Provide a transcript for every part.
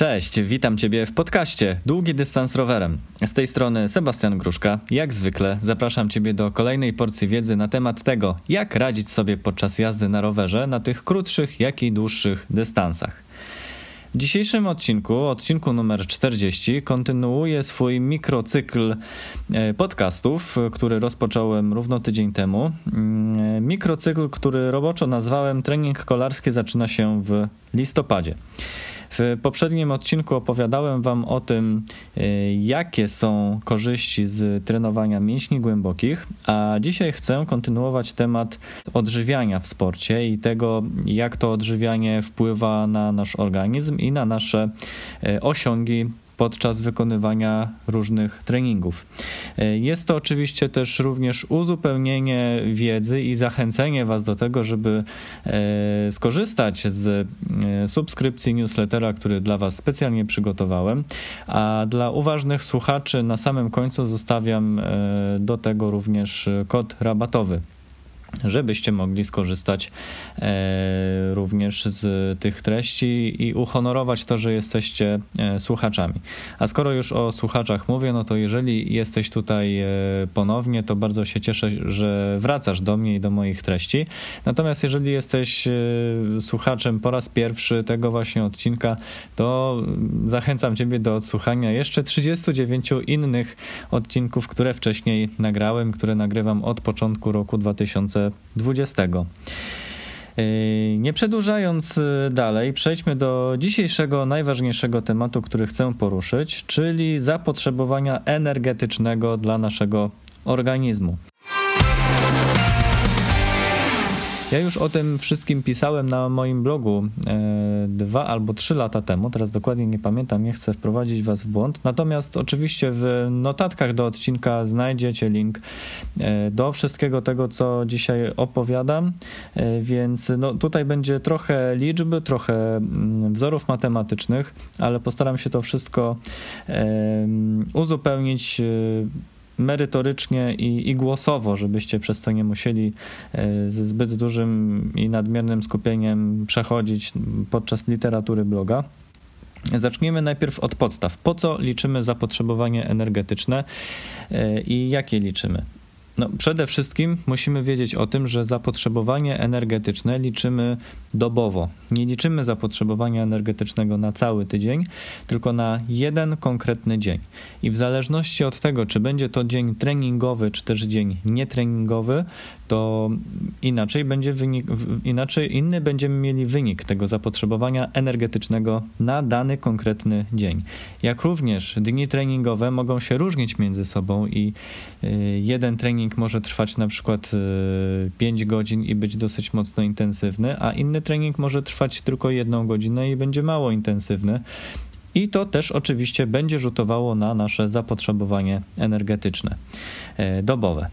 Cześć, witam Ciebie w podcaście Długi Dystans Rowerem. Z tej strony Sebastian Gruszka. Jak zwykle zapraszam Ciebie do kolejnej porcji wiedzy na temat tego, jak radzić sobie podczas jazdy na rowerze na tych krótszych, jak i dłuższych dystansach. W dzisiejszym odcinku numer 40, kontynuuję swój mikrocykl podcastów, który rozpocząłem równo tydzień temu. Mikrocykl, który roboczo nazwałem Trening kolarski zaczyna się w listopadzie. W poprzednim odcinku opowiadałem Wam o tym, jakie są korzyści z trenowania mięśni głębokich, a dzisiaj chcę kontynuować temat odżywiania w sporcie i tego, jak to odżywianie wpływa na nasz organizm i na nasze osiągi podczas wykonywania różnych treningów. Jest to oczywiście też również uzupełnienie wiedzy i zachęcenie Was do tego, żeby skorzystać z subskrypcji newslettera, który dla Was specjalnie przygotowałem, a dla uważnych słuchaczy na samym końcu zostawiam do tego również kod rabatowy, żebyście mogli skorzystać również z tych treści i uhonorować to, że jesteście słuchaczami. A skoro już o słuchaczach mówię, no to jeżeli jesteś tutaj ponownie, to bardzo się cieszę, że wracasz do mnie i do moich treści. Natomiast jeżeli jesteś słuchaczem po raz pierwszy tego właśnie odcinka, to zachęcam Ciebie do odsłuchania jeszcze 39 innych odcinków, które wcześniej nagrałem, które nagrywam od początku roku 2020. Nie przedłużając dalej, przejdźmy do dzisiejszego najważniejszego tematu, który chcę poruszyć, czyli zapotrzebowania energetycznego dla naszego organizmu. Ja już o tym wszystkim pisałem na moim blogu 2 albo 3 lata temu, teraz dokładnie nie pamiętam, nie chcę wprowadzić Was w błąd, natomiast oczywiście w notatkach do odcinka znajdziecie link do wszystkiego tego, co dzisiaj opowiadam, więc no, tutaj będzie trochę liczb, trochę wzorów matematycznych, ale postaram się to wszystko uzupełnić merytorycznie i głosowo, żebyście przez to nie musieli ze zbyt dużym i nadmiernym skupieniem przechodzić podczas literatury bloga. Zacznijmy najpierw od podstaw. Po co liczymy zapotrzebowanie energetyczne i jakie liczymy? No, przede wszystkim musimy wiedzieć o tym, że zapotrzebowanie energetyczne liczymy dobowo. Nie liczymy zapotrzebowania energetycznego na cały tydzień, tylko na jeden konkretny dzień. I w zależności od tego, czy będzie to dzień treningowy, czy też dzień nietreningowy, to inny będziemy mieli wynik tego zapotrzebowania energetycznego na dany konkretny dzień. Jak również dni treningowe mogą się różnić między sobą i jeden trening może trwać na przykład 5 godzin i być dosyć mocno intensywny, a inny trening może trwać tylko 1 godzinę i będzie mało intensywny. I to też oczywiście będzie rzutowało na nasze zapotrzebowanie energetyczne dobowe.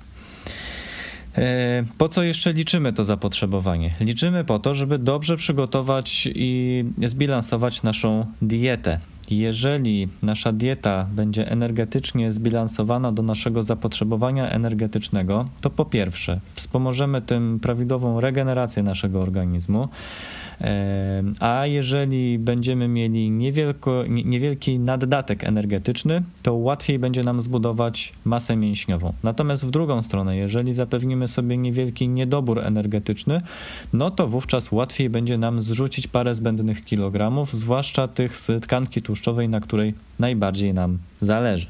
Po co jeszcze liczymy to zapotrzebowanie? Liczymy po to, żeby dobrze przygotować i zbilansować naszą dietę. Jeżeli nasza dieta będzie energetycznie zbilansowana do naszego zapotrzebowania energetycznego, to po pierwsze wspomożemy tym prawidłową regenerację naszego organizmu, a jeżeli będziemy mieli niewielki naddatek energetyczny, to łatwiej będzie nam zbudować masę mięśniową. Natomiast w drugą stronę, jeżeli zapewnimy sobie niewielki niedobór energetyczny, no to wówczas łatwiej będzie nam zrzucić parę zbędnych kilogramów, zwłaszcza tych z tkanki tłuszczowej, na której najbardziej nam zależy.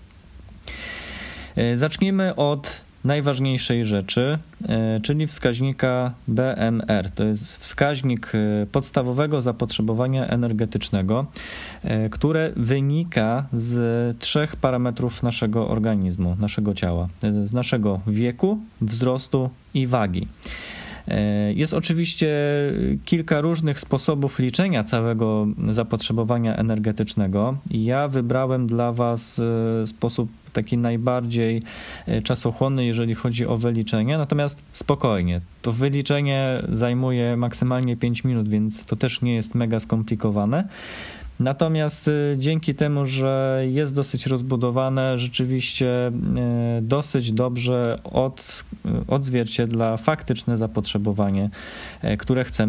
Zacznijmy od najważniejszej rzeczy, czyli wskaźnika BMR. To jest wskaźnik podstawowego zapotrzebowania energetycznego, które wynika z 3 parametrów naszego organizmu, naszego ciała, z naszego wieku, wzrostu i wagi. Jest oczywiście kilka różnych sposobów liczenia całego zapotrzebowania energetycznego. Ja wybrałem dla Was sposób taki najbardziej czasochłonny, jeżeli chodzi o wyliczenie, natomiast spokojnie, to wyliczenie zajmuje maksymalnie 5 minut, więc to też nie jest mega skomplikowane. Natomiast dzięki temu, że jest dosyć rozbudowane, rzeczywiście dosyć dobrze odzwierciedla faktyczne zapotrzebowanie, które chcemy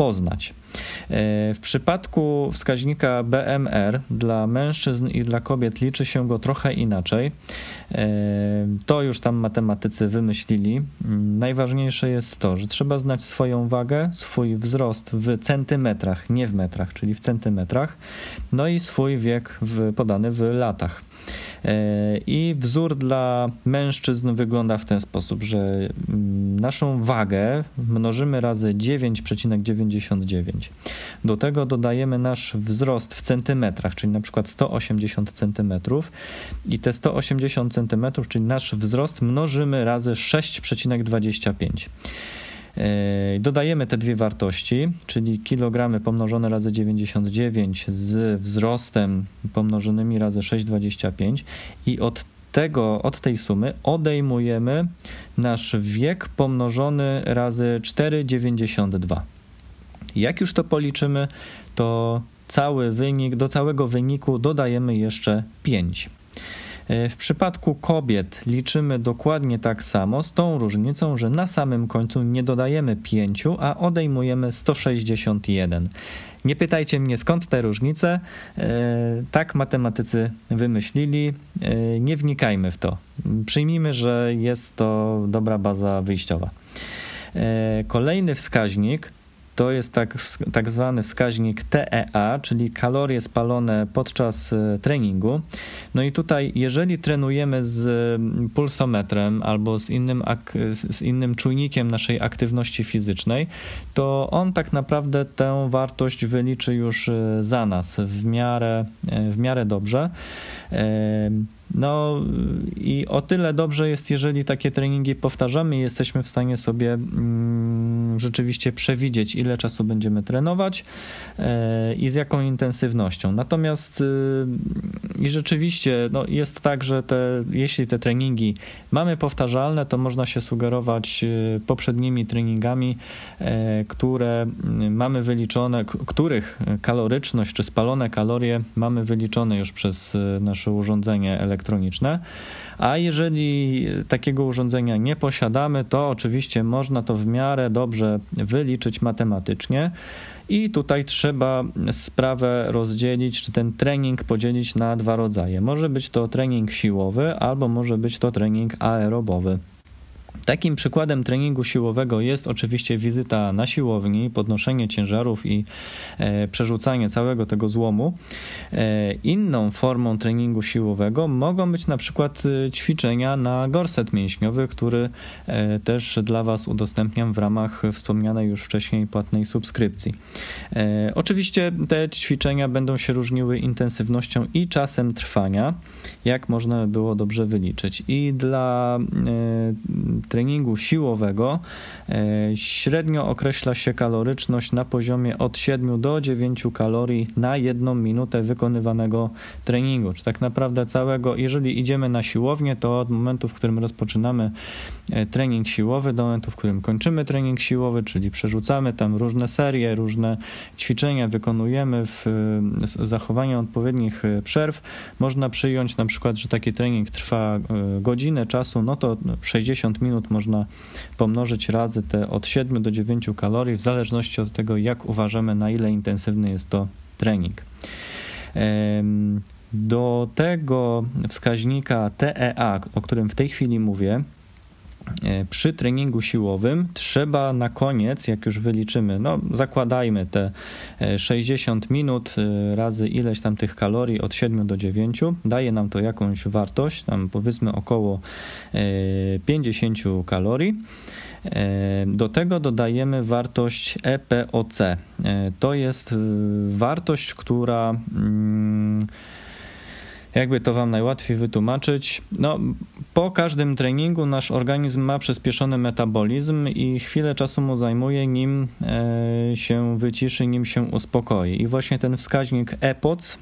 poznać. W przypadku wskaźnika BMR dla mężczyzn i dla kobiet liczy się go trochę inaczej. To już tam matematycy wymyślili. Najważniejsze jest to, że trzeba znać swoją wagę, swój wzrost w centymetrach, nie w metrach, czyli w centymetrach, no i swój wiek podany w latach. I wzór dla mężczyzn wygląda w ten sposób, że naszą wagę mnożymy razy 9,99. Do tego dodajemy nasz wzrost w centymetrach, czyli na przykład 180 centymetrów i te 180 centymetrów, czyli nasz wzrost mnożymy razy 6,25. Dodajemy te dwie wartości, czyli kilogramy pomnożone razy 99 z wzrostem pomnożonymi razy 6,25 i od tej sumy odejmujemy nasz wiek pomnożony razy 4,92. Jak już to policzymy, to do całego wyniku dodajemy jeszcze 5. W przypadku kobiet liczymy dokładnie tak samo, z tą różnicą, że na samym końcu nie dodajemy 5, a odejmujemy 161. Nie pytajcie mnie, skąd te różnice. Tak matematycy wymyślili. Nie wnikajmy w to. Przyjmijmy, że jest to dobra baza wyjściowa. Kolejny wskaźnik to jest tak zwany wskaźnik TEA, czyli kalorie spalone podczas treningu. No i tutaj, jeżeli trenujemy z pulsometrem albo z innym czujnikiem naszej aktywności fizycznej, to on tak naprawdę tę wartość wyliczy już za nas w miarę dobrze. No i o tyle dobrze jest, jeżeli takie treningi powtarzamy i jesteśmy w stanie sobie rzeczywiście przewidzieć, ile czasu będziemy trenować i z jaką intensywnością. Natomiast i rzeczywiście jest tak, że jeśli te treningi mamy powtarzalne, to można się sugerować poprzednimi treningami, które mamy wyliczone, których kaloryczność czy spalone kalorie mamy wyliczone już przez nasze urządzenie elektroniczne, a jeżeli takiego urządzenia nie posiadamy, to oczywiście można to w miarę dobrze wyliczyć matematycznie i tutaj trzeba sprawę rozdzielić, czy ten trening podzielić na dwa rodzaje. Może być to trening siłowy albo może być to trening aerobowy. Takim przykładem treningu siłowego jest oczywiście wizyta na siłowni, podnoszenie ciężarów i przerzucanie całego tego złomu. Inną formą treningu siłowego mogą być na przykład ćwiczenia na gorset mięśniowy, który też dla Was udostępniam w ramach wspomnianej już wcześniej płatnej subskrypcji. Oczywiście te ćwiczenia będą się różniły intensywnością i czasem trwania, jak można było dobrze wyliczyć. I dla treningu siłowego średnio określa się kaloryczność na poziomie od 7 do 9 kalorii na 1 minutę wykonywanego treningu. Czy tak naprawdę jeżeli idziemy na siłownię, to od momentu, w którym rozpoczynamy trening siłowy, do momentu, w którym kończymy trening siłowy, czyli przerzucamy tam różne serie, różne ćwiczenia wykonujemy z zachowaniem odpowiednich przerw, można przyjąć na przykład, że taki trening trwa godzinę czasu, no to 60 minut można pomnożyć razy te od 7 do 9 kalorii, w zależności od tego, jak uważamy, na ile intensywny jest to trening. Do tego wskaźnika TEA, o którym w tej chwili mówię, przy treningu siłowym trzeba na koniec, jak już wyliczymy, zakładajmy te 60 minut razy ileś tam tych kalorii od 7 do 9, daje nam to jakąś wartość, tam powiedzmy około 50 kalorii. Do tego dodajemy wartość EPOC. To jest wartość, która jakby to Wam najłatwiej wytłumaczyć, po każdym treningu nasz organizm ma przyspieszony metabolizm i chwilę czasu mu zajmuje, nim się wyciszy, nim się uspokoi. I właśnie ten wskaźnik EPOC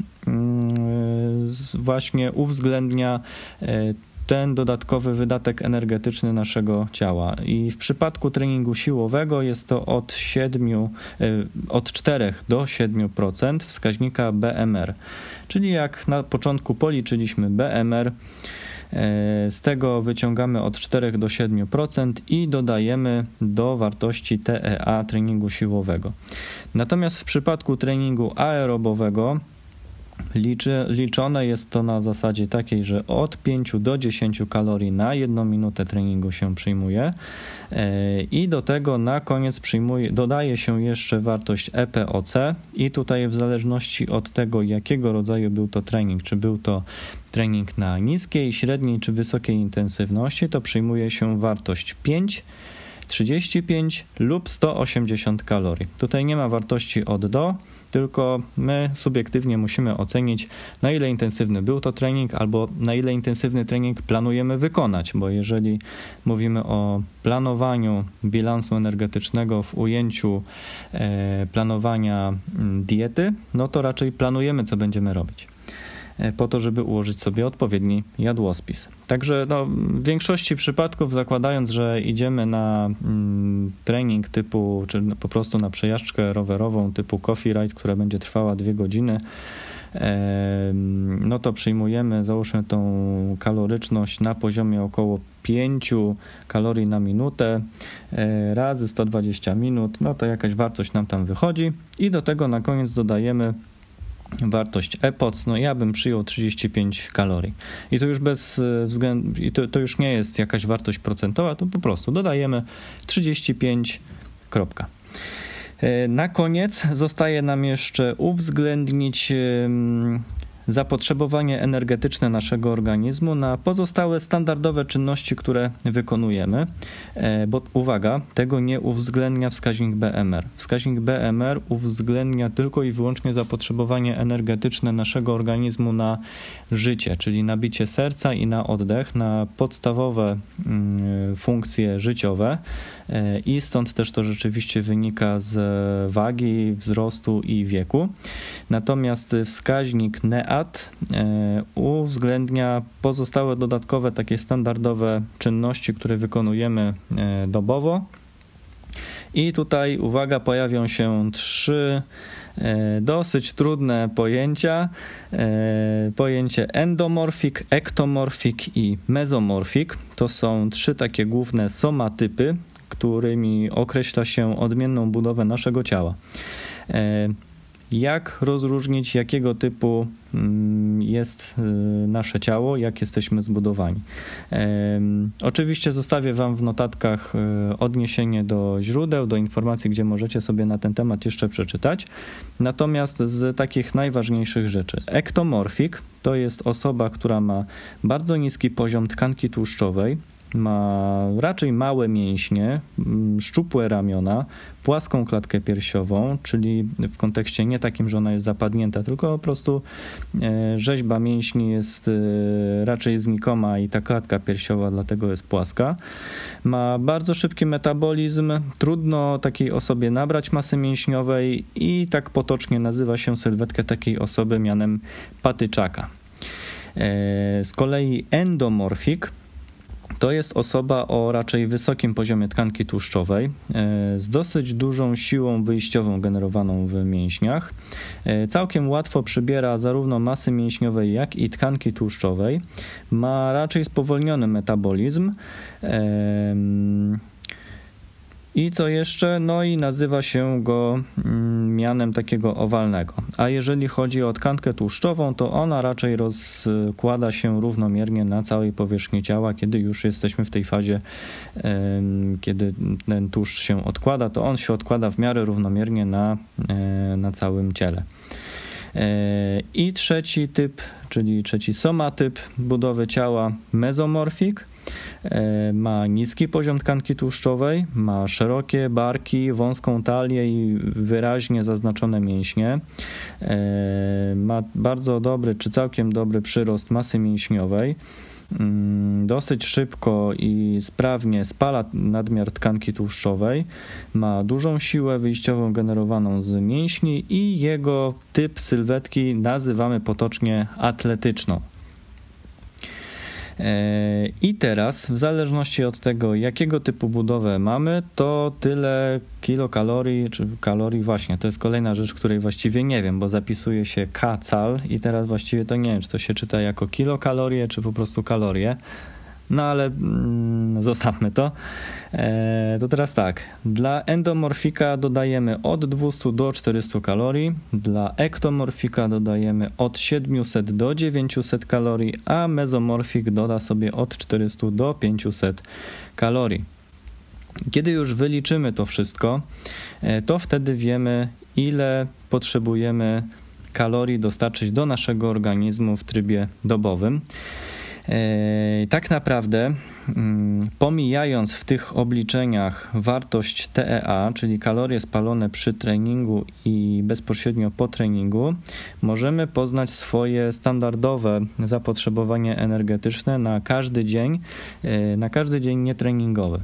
właśnie uwzględnia ten dodatkowy wydatek energetyczny naszego ciała. I w przypadku treningu siłowego jest to od 4 do 7% wskaźnika BMR. Czyli jak na początku policzyliśmy BMR, Z tego wyciągamy od 4 do 7% i dodajemy do wartości TEA treningu siłowego. Natomiast w przypadku treningu aerobowego liczone jest to na zasadzie takiej, że od 5 do 10 kalorii na 1 minutę treningu się przyjmuje i do tego na koniec dodaje się jeszcze wartość EPOC i tutaj w zależności od tego, jakiego rodzaju był to trening, czy był to trening na niskiej, średniej czy wysokiej intensywności, to przyjmuje się wartość 5, 35 lub 180 kalorii. Tutaj nie ma wartości od do, tylko my subiektywnie musimy ocenić, na ile intensywny był to trening albo na ile intensywny trening planujemy wykonać, bo jeżeli mówimy o planowaniu bilansu energetycznego w ujęciu planowania diety, no to raczej planujemy, co będziemy robić, po to, żeby ułożyć sobie odpowiedni jadłospis. Także w większości przypadków, zakładając, że idziemy na trening typu, czy po prostu na przejażdżkę rowerową typu Coffee Ride, która będzie trwała 2 godziny, no to przyjmujemy, załóżmy, tą kaloryczność na poziomie około 5 kalorii na minutę razy 120 minut, no to jakaś wartość nam tam wychodzi i do tego na koniec dodajemy wartość EPOC, no ja bym przyjął 35 kalorii. I to już bez względu, to już nie jest jakaś wartość procentowa, to po prostu dodajemy 35, kropka. Na koniec zostaje nam jeszcze uwzględnić zapotrzebowanie energetyczne naszego organizmu na pozostałe standardowe czynności, które wykonujemy, bo uwaga, tego nie uwzględnia wskaźnik BMR. Wskaźnik BMR uwzględnia tylko i wyłącznie zapotrzebowanie energetyczne naszego organizmu na życie, czyli na bicie serca i na oddech, na podstawowe funkcje życiowe i stąd też to rzeczywiście wynika z wagi, wzrostu i wieku. Natomiast wskaźnik NEAT uwzględnia pozostałe dodatkowe takie standardowe czynności, które wykonujemy dobowo. I tutaj, uwaga, pojawią się 3 dosyć trudne pojęcia. Pojęcie endomorfik, ektomorfik i mezomorfik. To są 3 takie główne somatypy, którymi określa się odmienną budowę naszego ciała. Jak rozróżnić, jakiego typu jest nasze ciało, jak jesteśmy zbudowani. Oczywiście zostawię Wam w notatkach odniesienie do źródeł, do informacji, gdzie możecie sobie na ten temat jeszcze przeczytać. Natomiast z takich najważniejszych rzeczy. Ektomorfik to jest osoba, która ma bardzo niski poziom tkanki tłuszczowej, ma raczej małe mięśnie, szczupłe ramiona, płaską klatkę piersiową, czyli w kontekście nie takim, że ona jest zapadnięta, tylko po prostu rzeźba mięśni jest raczej znikoma i ta klatka piersiowa dlatego jest płaska. Ma bardzo szybki metabolizm, trudno takiej osobie nabrać masy mięśniowej i tak potocznie nazywa się sylwetkę takiej osoby mianem patyczaka. Z kolei endomorfik to jest osoba o raczej wysokim poziomie tkanki tłuszczowej, z dosyć dużą siłą wyjściową generowaną w mięśniach. Całkiem łatwo przybiera zarówno masy mięśniowej, jak i tkanki tłuszczowej. Ma raczej spowolniony metabolizm. I co jeszcze? No i nazywa się go mianem takiego owalnego. A jeżeli chodzi o tkankę tłuszczową, to ona raczej rozkłada się równomiernie na całej powierzchni ciała. Kiedy już jesteśmy w tej fazie, kiedy ten tłuszcz się odkłada, to on się odkłada w miarę równomiernie na całym ciele. I trzeci typ, czyli trzeci somatyp budowy ciała, mezomorfik, ma niski poziom tkanki tłuszczowej, ma szerokie barki, wąską talię i wyraźnie zaznaczone mięśnie, ma bardzo dobry czy całkiem dobry przyrost masy mięśniowej, dosyć szybko i sprawnie spala nadmiar tkanki tłuszczowej, ma dużą siłę wyjściową generowaną z mięśni i jego typ sylwetki nazywamy potocznie atletyczną. I teraz, w zależności od tego, jakiego typu budowę mamy, to tyle kilokalorii, czy kalorii właśnie, to jest kolejna rzecz, której właściwie nie wiem, bo zapisuje się kcal i teraz właściwie to nie wiem, czy to się czyta jako kilokalorie, czy po prostu kalorie. No ale zostawmy to. To teraz tak, dla endomorfika dodajemy od 200 do 400 kalorii, dla ektomorfika dodajemy od 700 do 900 kalorii, a mezomorfik doda sobie od 400 do 500 kalorii. Kiedy już wyliczymy to wszystko, to wtedy wiemy, ile potrzebujemy kalorii dostarczyć do naszego organizmu w trybie dobowym. Tak naprawdę, pomijając w tych obliczeniach wartość TEA, czyli kalorie spalone przy treningu i bezpośrednio po treningu, możemy poznać swoje standardowe zapotrzebowanie energetyczne na każdy dzień nietreningowy.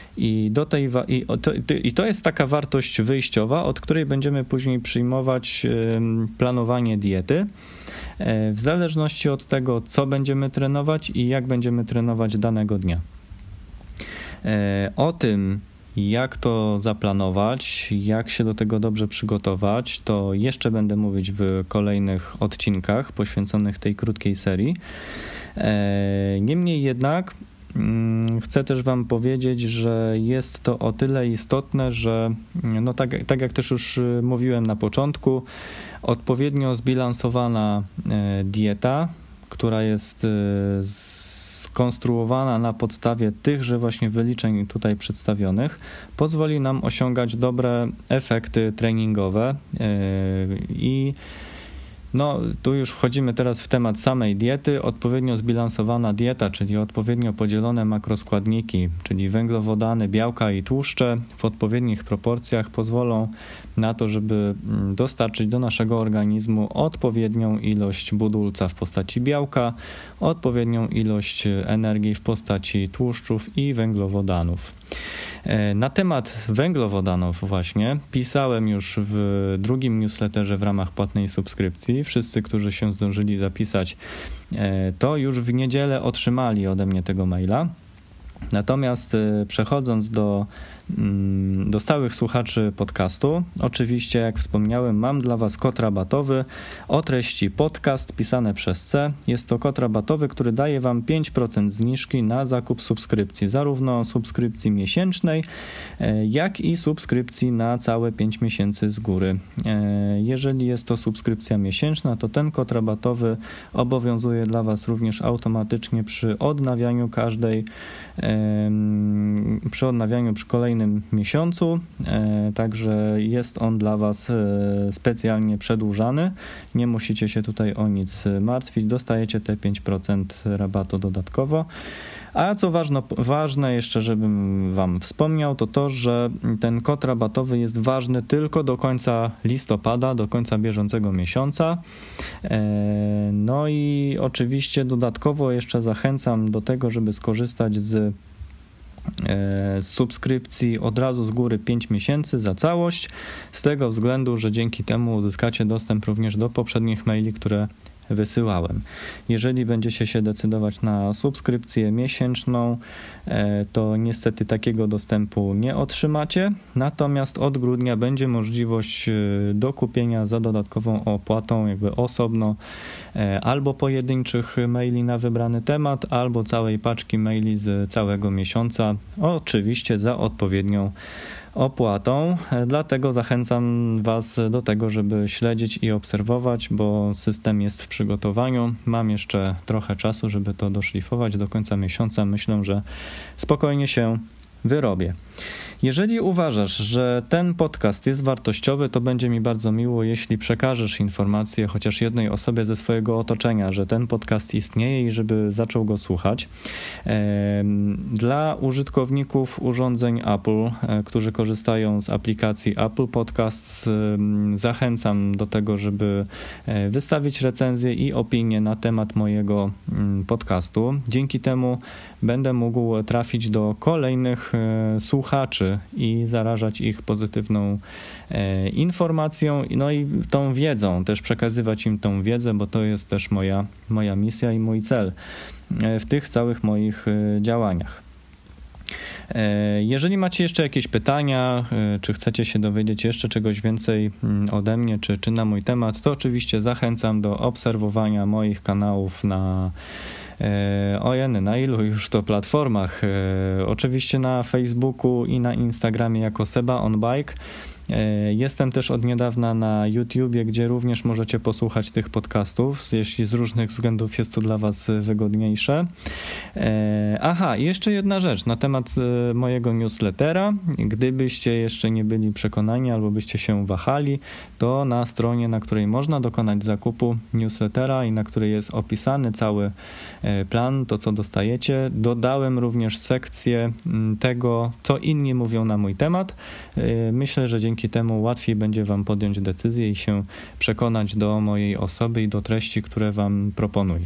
I to jest taka wartość wyjściowa, od której będziemy później przyjmować planowanie diety, w zależności od tego, co będziemy trenować i jak będziemy trenować danego dnia. O tym, jak to zaplanować, jak się do tego dobrze przygotować, to jeszcze będę mówić w kolejnych odcinkach poświęconych tej krótkiej serii. Niemniej jednak chcę też Wam powiedzieć, że jest to o tyle istotne, że no tak jak też już mówiłem na początku, odpowiednio zbilansowana dieta, która jest skonstruowana na podstawie tychże właśnie wyliczeń tutaj przedstawionych, pozwoli nam osiągać dobre efekty treningowe i no, tu już wchodzimy teraz w temat samej diety. Odpowiednio zbilansowana dieta, czyli odpowiednio podzielone makroskładniki, czyli węglowodany, białka i tłuszcze w odpowiednich proporcjach pozwolą na to, żeby dostarczyć do naszego organizmu odpowiednią ilość budulca w postaci białka, odpowiednią ilość energii w postaci tłuszczów i węglowodanów. Na temat węglowodanów właśnie pisałem już w drugim newsletterze w ramach płatnej subskrypcji. Wszyscy, którzy się zdążyli zapisać, to już w niedzielę otrzymali ode mnie tego maila. Natomiast przechodząc do stałych słuchaczy podcastu, oczywiście jak wspomniałem, mam dla Was kod rabatowy o treści podcast pisane przez C. Jest to kod rabatowy, który daje Wam 5% zniżki na zakup subskrypcji, zarówno subskrypcji miesięcznej, jak i subskrypcji na całe 5 miesięcy z góry. Jeżeli jest to subskrypcja miesięczna, to ten kod rabatowy obowiązuje dla Was również automatycznie przy odnawianiu przy kolejnym miesiącu, także jest on dla Was specjalnie przedłużany. Nie musicie się tutaj o nic martwić, dostajecie te 5% rabatu dodatkowo. A co ważne jeszcze, żebym Wam wspomniał, to, że ten kod rabatowy jest ważny tylko do końca listopada, do końca bieżącego miesiąca. No i oczywiście dodatkowo jeszcze zachęcam do tego, żeby skorzystać z subskrypcji od razu z góry 5 miesięcy za całość, z tego względu, że dzięki temu uzyskacie dostęp również do poprzednich maili, które wysyłałem. Jeżeli będziecie się decydować na subskrypcję miesięczną, to niestety takiego dostępu nie otrzymacie, natomiast od grudnia będzie możliwość dokupienia za dodatkową opłatą jakby osobno albo pojedynczych maili na wybrany temat, albo całej paczki maili z całego miesiąca, oczywiście za odpowiednią opłatą, dlatego zachęcam Was do tego, żeby śledzić i obserwować, bo system jest w przygotowaniu. Mam jeszcze trochę czasu, żeby to doszlifować do końca miesiąca. Myślę, że spokojnie się wyrobię. Jeżeli uważasz, że ten podcast jest wartościowy, to będzie mi bardzo miło, jeśli przekażesz informację chociaż jednej osobie ze swojego otoczenia, że ten podcast istnieje i żeby zaczął go słuchać. Dla użytkowników urządzeń Apple, którzy korzystają z aplikacji Apple Podcasts, zachęcam do tego, żeby wystawić recenzję i opinię na temat mojego podcastu. Dzięki temu będę mógł trafić do kolejnych słuchaczy słuchaczy i zarażać ich pozytywną informacją, no i tą wiedzą, też przekazywać im tą wiedzę, bo to jest też moja misja i mój cel w tych całych moich działaniach. Jeżeli macie jeszcze jakieś pytania, czy chcecie się dowiedzieć jeszcze czegoś więcej ode mnie, czy na mój temat, to oczywiście zachęcam do obserwowania moich kanałów na na ilu już to platformach. Oczywiście na Facebooku i na Instagramie jako Seba on Bike. Jestem też od niedawna na YouTubie, gdzie również możecie posłuchać tych podcastów, jeśli z różnych względów jest to dla Was wygodniejsze. Aha, i jeszcze jedna rzecz na temat mojego newslettera. Gdybyście jeszcze nie byli przekonani albo byście się wahali, to na stronie, na której można dokonać zakupu newslettera i na której jest opisany cały plan, to co dostajecie, dodałem również sekcję tego, co inni mówią na mój temat. Myślę, że dzięki temu łatwiej będzie Wam podjąć decyzję i się przekonać do mojej osoby i do treści, które Wam proponuję.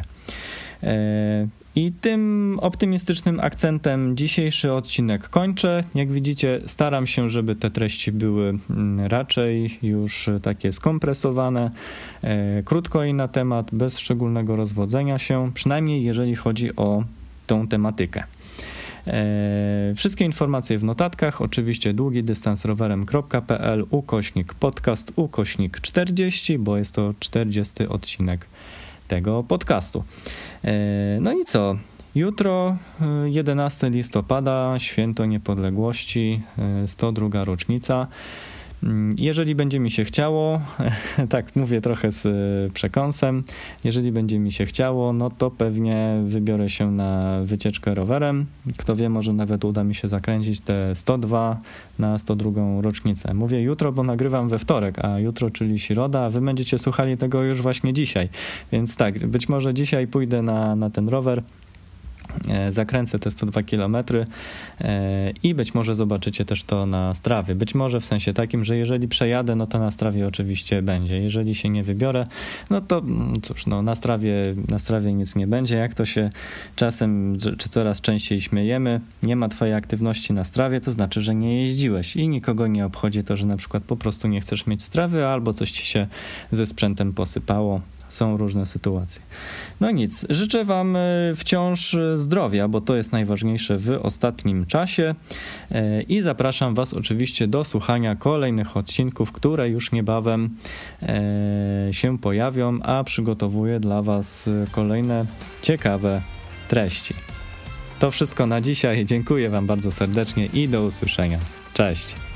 I tym optymistycznym akcentem dzisiejszy odcinek kończę. Jak widzicie, staram się, żeby te treści były raczej już takie skompresowane, krótko i na temat, bez szczególnego rozwodzenia się, przynajmniej jeżeli chodzi o tą tematykę. Wszystkie informacje w notatkach, oczywiście długidystansrowerem.pl /podcast /40, bo jest to 40 odcinek tego podcastu. No i co? Jutro 11 listopada, Święto Niepodległości, 102. rocznica. Jeżeli będzie mi się chciało, tak mówię trochę z przekąsem, jeżeli będzie mi się chciało, no to pewnie wybiorę się na wycieczkę rowerem. Kto wie, może nawet uda mi się zakręcić te 102 na 102. rocznicę. Mówię jutro, bo nagrywam we wtorek, a jutro, czyli środa, a wy będziecie słuchali tego już właśnie dzisiaj. Więc tak, być może dzisiaj pójdę na ten rower, zakręcę te 102 km i być może zobaczycie też to na Strawie. Być może w sensie takim, że jeżeli przejadę, no to na Strawie oczywiście będzie. Jeżeli się nie wybiorę, no to cóż, no na Strawie nic nie będzie. Jak to się czasem, czy coraz częściej śmiejemy, nie ma twojej aktywności na Strawie, to znaczy, że nie jeździłeś i nikogo nie obchodzi to, że na przykład po prostu nie chcesz mieć Strawy albo coś ci się ze sprzętem posypało. Są różne sytuacje. No nic, życzę Wam wciąż zdrowia, bo to jest najważniejsze w ostatnim czasie i zapraszam Was oczywiście do słuchania kolejnych odcinków, które już niebawem się pojawią, a przygotowuję dla Was kolejne ciekawe treści. To wszystko na dzisiaj. Dziękuję Wam bardzo serdecznie i do usłyszenia. Cześć!